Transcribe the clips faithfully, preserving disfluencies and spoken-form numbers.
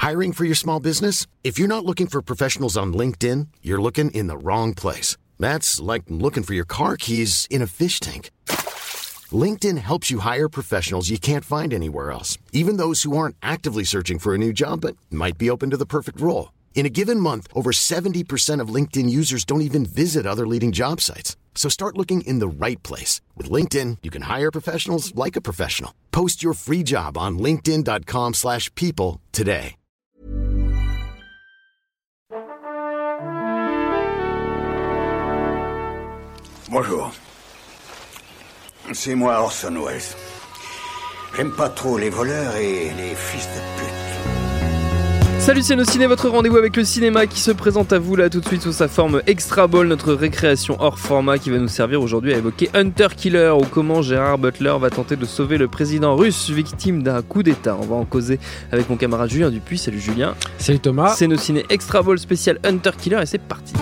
Hiring for your small business? If you're not looking for professionals on LinkedIn, you're looking in the wrong place. That's like looking for your car keys in a fish tank. LinkedIn helps you hire professionals you can't find anywhere else, even those who aren't actively searching for a new job but might be open to the perfect role. In a given month, over seventy percent of LinkedIn users don't even visit other leading job sites. So start looking in the right place. With LinkedIn, you can hire professionals like a professional. Post your free job on linkedin.com slash people today. Bonjour. C'est moi Orson Welles. J'aime pas trop les voleurs et les fils de pute. Salut, c'est Nos Ciné, votre rendez-vous avec le cinéma qui se présente à vous là tout de suite sous sa forme Extra Ball, notre récréation hors format qui va nous servir aujourd'hui à évoquer Hunter Killer ou comment Gerard Butler va tenter de sauver le président russe victime d'un coup d'état. On va en causer avec mon camarade Julien Dupuis. Salut Julien. Salut Thomas. C'est Nos Ciné Extra Ball spécial Hunter Killer et c'est parti.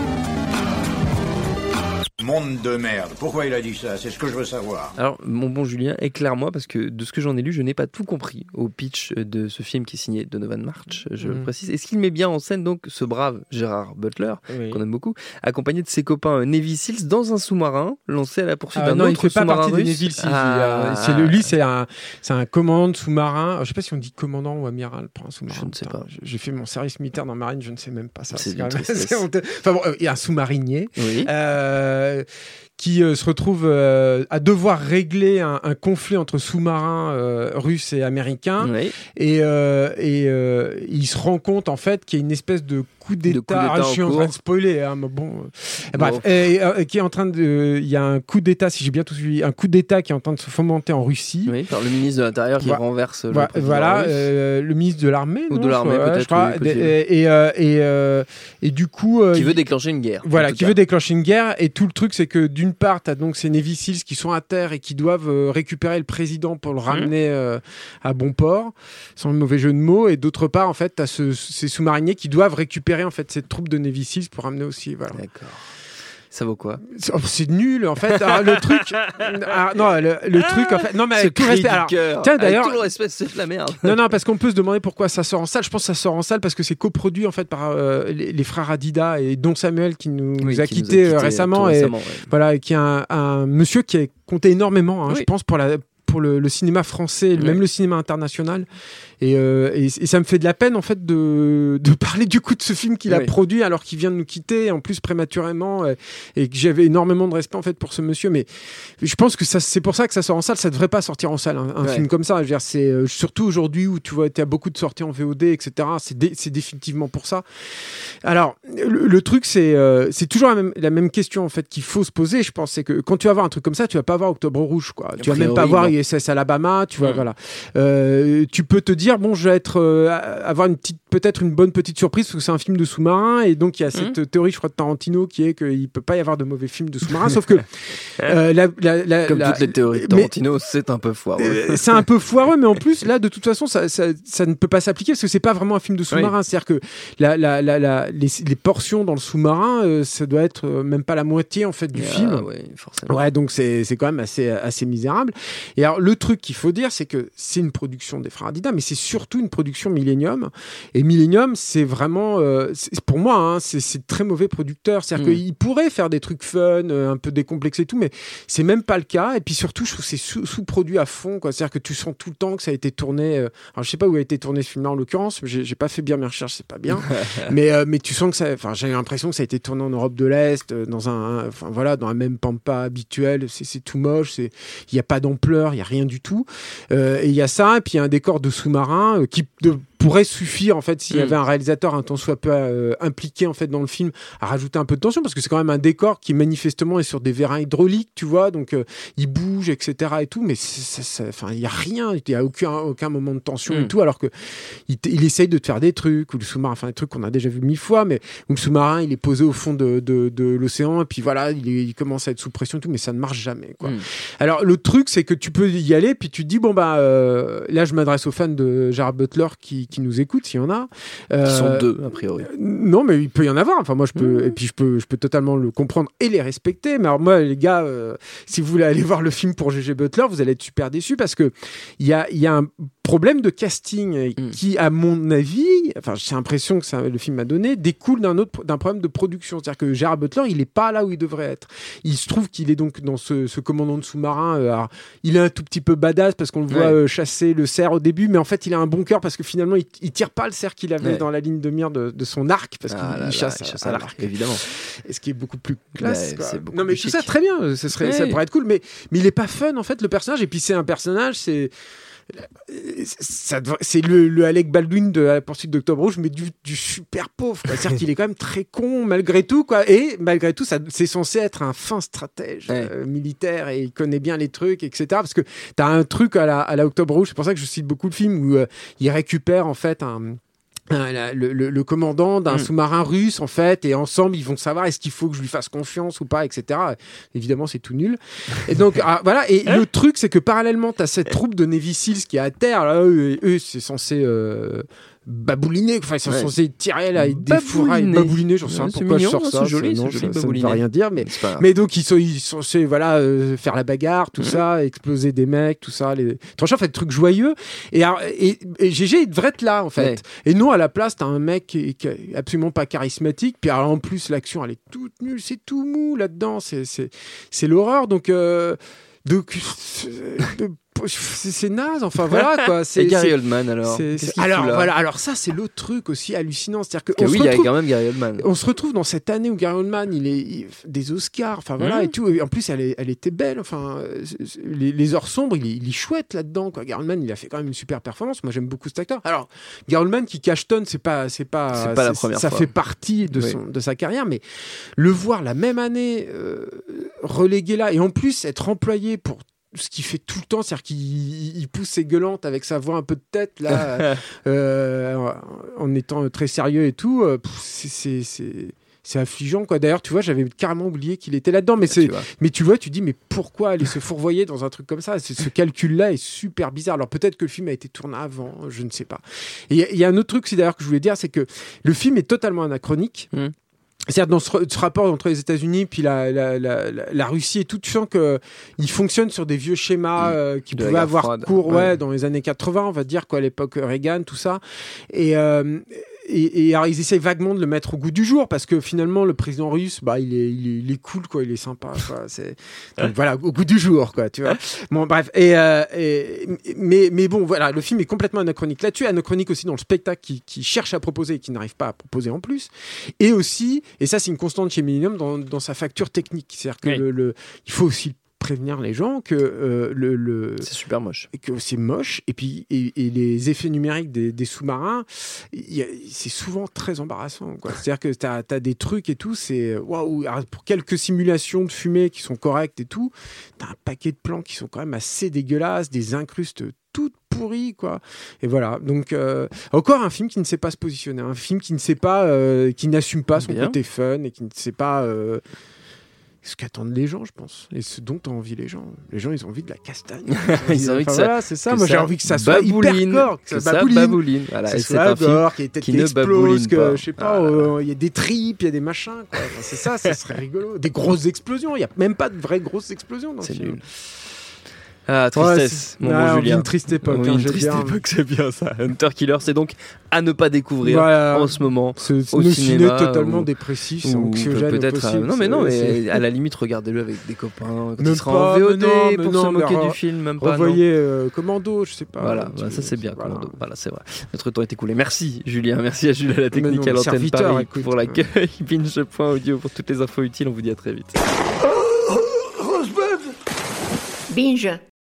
Monde de merde. Pourquoi il a dit ça? C'est ce que je veux savoir. Alors, mon bon Julien, éclaire-moi, parce que de ce que j'en ai lu, je n'ai pas tout compris au pitch de ce film qui est signé Donovan March, je mmh. le précise. Est-ce qu'il met bien en scène donc ce brave Gerard Butler, oui. qu'on aime beaucoup, accompagné de ses copains Navy Seals dans un sous-marin lancé à la poursuite ah, d'un non, autre sous-marin russe? Non, il ne fait pas partie des Navy Seals. Ah, c'est le, lui, c'est un, c'est un commandant de sous-marin. Je ne sais pas si on dit commandant ou amiral pour un sous-marin. Je ne sais pas. J'ai fait mon service militaire dans la marine, je ne sais même pas ça. C'est, c'est quand même assez honteux. Enfin bon, il y a un sous-marinier. Oui. Euh, qui euh, se retrouve euh, à devoir régler un, un conflit entre sous-marins euh, russes et américains. Oui. Et, euh, et euh, il se rend compte, en fait, qu'il y a une espèce de coup d'état. De coup d'état ah, je suis en, en train de spoiler, hein, mais bon. Euh, bref, bon. Et, et, qui est en train de. Il y a un coup d'état, si j'ai bien tout suivi, un coup d'état qui est en train de se fomenter en Russie. Oui, par le ministre de l'Intérieur qui voilà. renverse le voilà, président voilà russe. Euh, le ministre de l'armée. Ou non, de l'armée, crois, peut-être. Je crois, oui, et, et, euh, et, euh, et du coup. Euh, qui veut il, déclencher une guerre. Voilà, qui cas. veut déclencher une guerre. Et tout le truc, c'est que d'une part, tu as donc ces Navy Seals qui sont à terre et qui doivent euh, récupérer le président pour le ramener euh, à bon port, sans le mauvais jeu de mots. Et d'autre part, en fait, tu as ce, ces sous-mariniers qui doivent récupérer en fait cette troupe de Navy Seals pour ramener aussi. Voilà. D'accord. Ça vaut quoi? C'est, oh, c'est nul en fait. Alors, le truc, alors, non, le, le truc en fait, non mais avec tout respect. Alors, tiens d'ailleurs, avec tout le respect, c'est de la merde. Non non, parce qu'on peut se demander pourquoi ça sort en salle. Je pense que ça sort en salle parce que c'est coproduit en fait par euh, les, les frères Hadida et Don Samuel qui nous, oui, nous a qui quittés quitté récemment et récemment, ouais. voilà, qui est un, un monsieur qui a compté énormément, hein, oui. je pense pour la pour le, le cinéma français, oui. même le cinéma international. Et, euh, et, et ça me fait de la peine en fait de, de parler du coup de ce film qu'il oui. a produit alors qu'il vient de nous quitter, en plus prématurément, et, et que j'avais énormément de respect en fait pour ce monsieur. Mais je pense que ça, c'est pour ça que ça sort en salle. Ça devrait pas sortir en salle un, un ouais. film comme ça. Je veux dire, c'est euh, surtout aujourd'hui où tu vois, tu as beaucoup de sorties en V O D, et cetera. C'est, dé, c'est définitivement pour ça. Alors le, le truc, c'est euh, c'est toujours la même, la même question en fait qu'il faut se poser. Je pense, c'est que quand tu vas voir un truc comme ça, tu vas pas voir Octobre Rouge, quoi. Tu vas même pas voir U S S Alabama. Tu vois, mmh. voilà. Euh, tu peux te dire bon, je vais être euh, avoir une petite peut-être une bonne petite surprise parce que c'est un film de sous-marin et donc il y a cette mmh. théorie je crois de Tarantino qui est qu'il peut pas y avoir de mauvais films de sous-marin sauf que euh, la, la, la, comme la, toutes les théories de Tarantino mais, c'est un peu foireux euh, c'est un peu foireux mais en plus là de toute façon ça, ça, ça ne peut pas s'appliquer parce que c'est pas vraiment un film de sous-marin oui. c'est-à-dire que la, la, la, la, les, les portions dans le sous-marin euh, ça doit être euh, même pas la moitié en fait du ah, film ouais, forcément. ouais donc c'est, c'est quand même assez, assez misérable et alors le truc qu'il faut dire c'est que c'est une production des frères Hadida mais c'est surtout une production Millennium et Millennium c'est vraiment euh, c'est, pour moi hein, c'est, c'est très mauvais producteur c'est-à-dire mmh. qu'il pourrait faire des trucs fun euh, un peu décomplexés et tout mais c'est même pas le cas et puis surtout je trouve que c'est sous, sous-produit à fond quoi. C'est-à-dire que tu sens tout le temps que ça a été tourné euh, alors je sais pas où a été tourné ce film-là en l'occurrence j'ai, j'ai pas fait bien mes recherches c'est pas bien mais, euh, mais tu sens que ça enfin j'ai l'impression que ça a été tourné en Europe de l'Est euh, dans un enfin voilà dans un même pampa habituel c'est, c'est tout moche c'est il y a pas d'ampleur il y a rien du tout euh, et il y a ça et puis il y a un décor de sous-marin euh, qui de, pourrait suffire en fait s'il y avait un réalisateur un tant soit peu euh, impliqué en fait dans le film à rajouter un peu de tension parce que c'est quand même un décor qui manifestement est sur des vérins hydrauliques tu vois donc euh, il bouge etc et tout mais enfin il y a rien il y a aucun aucun moment de tension mm. et tout alors que il, il essaye de te faire des trucs ou le sous-marin enfin des trucs qu'on a déjà vu mille fois mais où le sous-marin il est posé au fond de, de, de l'océan et puis voilà il, est, il commence à être sous pression et tout mais ça ne marche jamais quoi. Mm. Alors le truc c'est que tu peux y aller puis tu te dis bon bah euh, là je m'adresse aux fans de Gerard Butler qui qui nous écoutent s'il y en a euh, qui sont deux a priori euh, non mais il peut y en avoir enfin moi je peux mmh. et puis je peux je peux totalement le comprendre et les respecter mais alors moi les gars euh, si vous voulez aller voir le film pour G G Butler vous allez être super déçus parce que il y a il y a un problème de casting Mm. qui, à mon avis, enfin, j'ai l'impression que ça, le film m'a donné, découle d'un autre, d'un problème de production. C'est-à-dire que Gerard Butler, il est pas là où il devrait être. Il se trouve qu'il est donc dans ce, ce commandant de sous-marin. Euh, alors, il est un tout petit peu badass parce qu'on le voit Ouais. euh, chasser le cerf au début, mais en fait, il a un bon cœur parce que finalement, il, il tire pas le cerf qu'il avait Ouais. dans la ligne de mire de, de son arc parce Ah qu'il là il là, chasse, il chasse à, à à l'arc, évidemment. Et ce qui est beaucoup plus classe. Ouais, quoi. c'est beaucoup non, mais plus tout ça, chic. très bien. Ce serait, ça Ouais. pourrait être cool, mais, mais il est pas fun, en fait, le personnage. Et puis, c'est un personnage, c'est. Ça, devrait- c'est le, le Alec Baldwin de La Poursuite d'Octobre Rouge, mais du, du super pauvre. quoi. C'est-à-dire qu'il est quand même très con malgré tout, quoi. Et malgré tout, ça, c'est censé être un fin stratège Ouais. euh, militaire et il connaît bien les trucs, et cetera. Parce que t'as un truc à la, à la Octobre Rouge. C'est pour ça que je cite beaucoup le film où euh, il récupère en fait un. un- la- Le, le- le commandant d'un Mm. sous-marin russe en fait, et ensemble ils vont savoir est-ce qu'il faut que je lui fasse confiance ou pas, et cetera. Évidemment c'est tout nul. Et donc ah, voilà, et le truc c'est que parallèlement t'as cette troupe de Navy Seals qui est à terre là, eux, eux c'est censé euh, babouliner, enfin ils sont Ouais. censés tirer là avec des fourrailles, Babouliner. babouliner, j'en sais Ouais, pas c'est pourquoi mignon, je sors hein, ça, c'est joli, non, c'est joli, ça, ça ne veut babouliner. rien dire, mais C'est pas grave. mais donc ils sont, ils sont censés voilà euh, faire la bagarre, tout Mhm. ça, exploser des mecs, tout ça. Les... Franchement, fait des trucs joyeux. Et, alors, et, et G G il devrait être là en fait. Ouais. Et non, à la place, t'as un mec qui est, qui est absolument pas charismatique. Puis alors, en plus, l'action elle est toute nulle, c'est tout mou là-dedans, c'est c'est c'est l'horreur. Donc euh, donc euh, c'est c'est naze. Enfin voilà quoi. C'est Et Gary c'est- Oldman alors c'est- Qu'est-ce c'est- qu'il alors fout là voilà. Alors ça, c'est le truc aussi hallucinant, c'est-à-dire que Parce on que se oui, il y a retrouve- quand même Gary Oldman. on se retrouve dans cette année où Gary Oldman, il est il- des Oscars, enfin voilà Mhm. et tout. Et en plus, elle, est- elle était belle. Enfin, euh, c'est- c'est- les, les heures sombres, il est, il est chouette là-dedans. Quoi. Gary Oldman, il a fait quand même une super performance. Moi, j'aime beaucoup cet acteur. Alors, Gary Oldman qui cachetonne, c'est pas, c'est pas, C'est pas la première ça fois. fait partie de Oui. son, de sa carrière, mais le voir la même année euh, relégué là et en plus être employé pour ce qu'il fait tout le temps, c'est-à-dire qu'il il pousse ses gueulantes avec sa voix un peu de tête là, euh, en étant très sérieux et tout. euh, pff, c'est, c'est, c'est, c'est affligeant quoi. D'ailleurs, tu vois, j'avais carrément oublié qu'il était là-dedans, mais c'est, Tu vois. mais tu vois, tu dis mais pourquoi aller se fourvoyer dans un truc comme ça? C'est, ce calcul-là est super bizarre. Alors peut-être que le film a été tourné avant, je ne sais pas. Et il y, a- il y a un autre truc, c'est d'ailleurs que je voulais dire, c'est que le film est totalement anachronique. Mm. C'est-à-dire dans ce, ce rapport entre les États-Unis puis la, la, la, la, la Russie et tout, tu sens que il fonctionne sur des vieux schémas Mm. euh, qui De la pouvaient guerre avoir froide. cours ouais, Ouais. dans les années quatre-vingts, on va dire quoi, à l'époque Reagan, tout ça. Et euh, et, et alors ils essayent vaguement de le mettre au goût du jour parce que finalement le président russe, bah il est il est, il est cool quoi, il est sympa quoi. C'est donc voilà au goût du jour quoi, tu vois. Bon bref et, euh, et mais mais bon voilà, le film est complètement anachronique là-dessus, anachronique aussi dans le spectacle qui, qui cherche à proposer et qui n'arrive pas à proposer en plus, et aussi et ça c'est une constante chez Millennium dans, dans sa facture technique, c'est-à-dire que Oui. le, le il faut aussi prévenir les gens que euh, le, le C'est super moche. et que c'est moche et puis et, et les effets numériques des, des sous-marins il y a- c'est souvent très embarrassant quoi. C'est-à-dire que tu as des trucs et tout, c'est waouh. Alors, pour quelques simulations de fumée qui sont correctes et tout, tu as un paquet de plans qui sont quand même assez dégueulasses, des incrustes toutes pourries quoi. Et voilà, donc euh, encore un film qui ne sait pas se positionner, un film qui ne sait pas euh, qui n'assume pas son Bien. côté fun et qui ne sait pas euh, ce qu'attendent les gens, je pense, et ce dont ont envie les gens. Les gens, ils ont envie de la castagne. Ils ont envie que Enfin, ça- voilà, c'est ça. que Moi, j'ai ça envie que ça soit babouline, hyper gore, que ça babouline. Voilà, que et ça c'est soit un film gore, qu'il y ait peut-être qui qui ne explose, babouline que pas. je sais pas, Ah. euh, il y a des tripes, il y a des machins. Quoi. Enfin, c'est ça, ça serait rigolo. Des grosses explosions. Il y a même pas de vraies grosses explosions dans C'est le film. nul. Ah, Ouais, tristesse, c'est- mon Ah, bon on vit Julien. une triste époque. Oui, hein, une j'ai triste bien- époque, c'est bien ça. Hunter Killer, c'est donc à ne pas découvrir Voilà. en ce moment. Ce, ce au nos cinéma, ciné totalement ou- dépressif, c'est Ou anxiogène au peut-être. possible. euh, non, mais non, c'est- mais à la limite, regardez-le avec des copains. Quand Même il sera pas, en V O D mais non, mais pour non, se mais moquer re- du film, même pas. non. Revoyez euh, Commando, je sais pas. Voilà, un bah, petit- ça c'est bien, voilà. Commando. Voilà, c'est vrai. Notre temps est écoulé. Merci Julien, merci à Jules à la technique, non, à mais l'antenne serviteur, Paris écoute. pour l'accueil. binge point audio pour toutes les infos utiles. On vous dit à très vite. Binge.